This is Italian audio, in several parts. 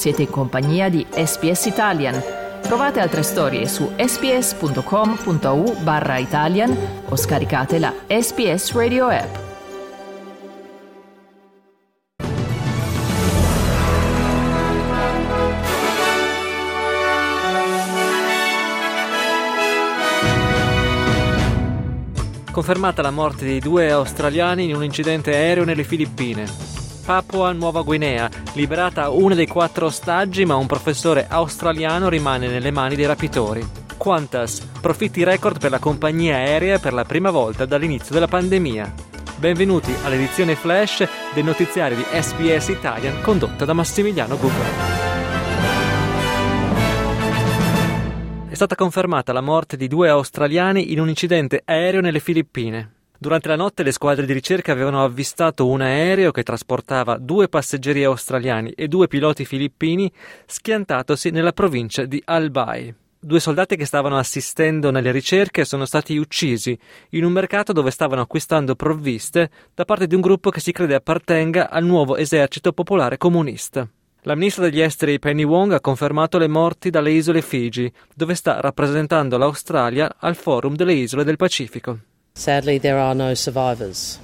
Siete in compagnia di SBS Italian. Trovate altre storie su sbs.com.au/Italian o scaricate la SBS Radio app. Confermata la morte di 2 australiani in un incidente aereo nelle Filippine. Papua Nuova Guinea, liberata una dei 4 ostaggi, ma un professore australiano rimane nelle mani dei rapitori. Qantas, profitti record per la compagnia aerea per la prima volta dall'inizio della pandemia. Benvenuti all'edizione flash del notiziario di SBS Italian condotta da Massimiliano Gugro. È stata confermata la morte di 2 australiani in un incidente aereo nelle Filippine. Durante la notte le squadre di ricerca avevano avvistato un aereo che trasportava 2 passeggeri australiani e 2 piloti filippini schiantatosi nella provincia di Albay. 2 soldati che stavano assistendo nelle ricerche sono stati uccisi in un mercato dove stavano acquistando provviste da parte di un gruppo che si crede appartenga al nuovo esercito popolare comunista. La ministra degli esteri Penny Wong ha confermato le morti dalle isole Fiji, dove sta rappresentando l'Australia al Forum delle Isole del Pacifico. Sadly, there are no survivors.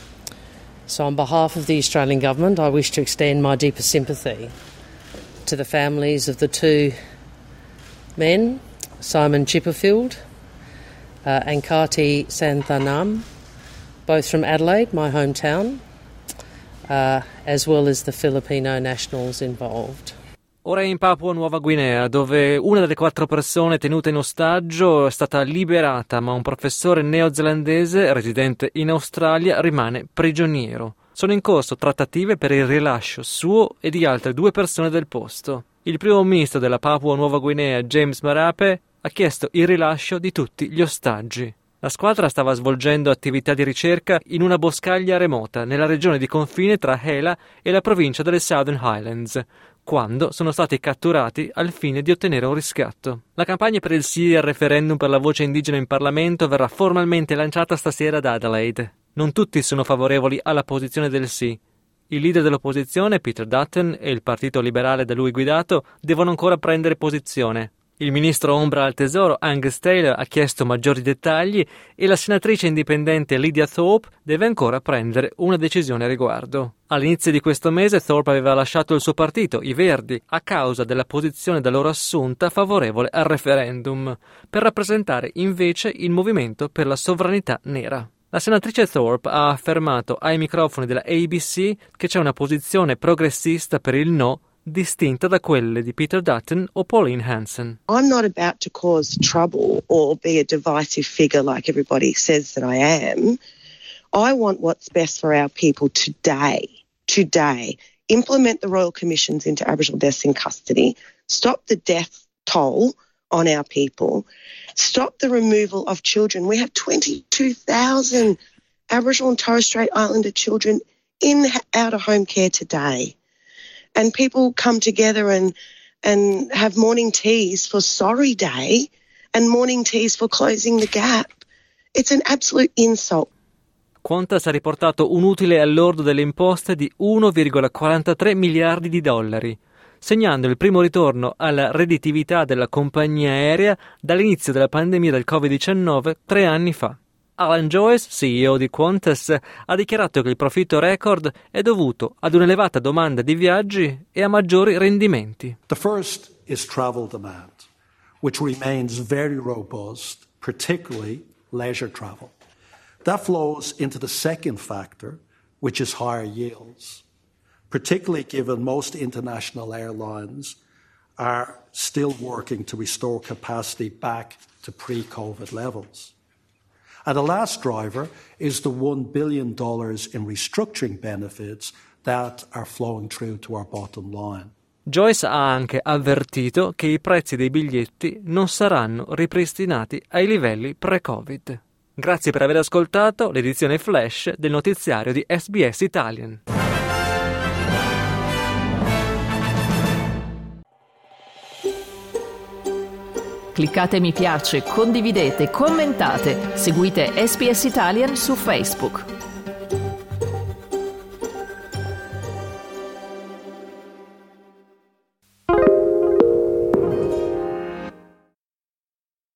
So on behalf of the Australian Government, I wish to extend my deepest sympathy to the families of the 2 men, Simon Chipperfield and Karti Santhanam, both from Adelaide, my hometown, as well as the Filipino nationals involved. Ora è in Papua Nuova Guinea, dove una delle 4 persone tenute in ostaggio è stata liberata, ma un professore neozelandese residente in Australia rimane prigioniero. Sono in corso trattative per il rilascio suo e di altre 2 persone del posto. Il primo ministro della Papua Nuova Guinea, James Marape, ha chiesto il rilascio di tutti gli ostaggi. La squadra stava svolgendo attività di ricerca in una boscaglia remota nella regione di confine tra Hela e la provincia delle Southern Highlands, quando sono stati catturati al fine di ottenere un riscatto. La campagna per il sì al referendum per la voce indigena in Parlamento verrà formalmente lanciata stasera ad Adelaide. Non tutti sono favorevoli alla posizione del sì. Il leader dell'opposizione, Peter Dutton, e il partito liberale da lui guidato devono ancora prendere posizione. Il ministro ombra al tesoro Angus Taylor ha chiesto maggiori dettagli e la senatrice indipendente Lydia Thorpe deve ancora prendere una decisione a riguardo. All'inizio di questo mese Thorpe aveva lasciato il suo partito, i Verdi, a causa della posizione da loro assunta favorevole al referendum, per rappresentare invece il movimento per la sovranità nera. La senatrice Thorpe ha affermato ai microfoni della ABC che c'è una posizione progressista per il no distinta da quelle di Peter Dutton o Pauline Hanson. I'm not about to cause trouble or be a divisive figure like everybody says that I am. I want what's best for our people today. Today. Implement the Royal Commissions into Aboriginal deaths in custody. Stop the death toll on our people. Stop the removal of children. We have 22,000 Aboriginal and Torres Strait Islander children in out-of-home care today. And people come together and have morning teas for Sorry Day and morning teas for closing the gap. It's an absolute insult. Qantas ha riportato un utile al lordo delle imposte di 1,43 miliardi di dollari, segnando il primo ritorno alla redditività della compagnia aerea dall'inizio della pandemia del Covid-19 3 anni fa. Alan Joyce, CEO di Qantas, ha dichiarato che il profitto record è dovuto ad un'elevata domanda di viaggi e a maggiori rendimenti. The first is travel demand, which remains very robust, particularly leisure travel. That flows into the second factor, which is higher yields, particularly given most international airlines are still working to restore capacity back to pre-COVID levels. And the last driver is the $1 billion in restructuring benefits that are flowing through to our bottom line. Joyce ha anche avvertito che i prezzi dei biglietti non saranno ripristinati ai livelli pre-Covid. Grazie per aver ascoltato l'edizione flash del notiziario di SBS Italian. Cliccate mi piace, condividete, commentate, seguite SBS Italian su Facebook.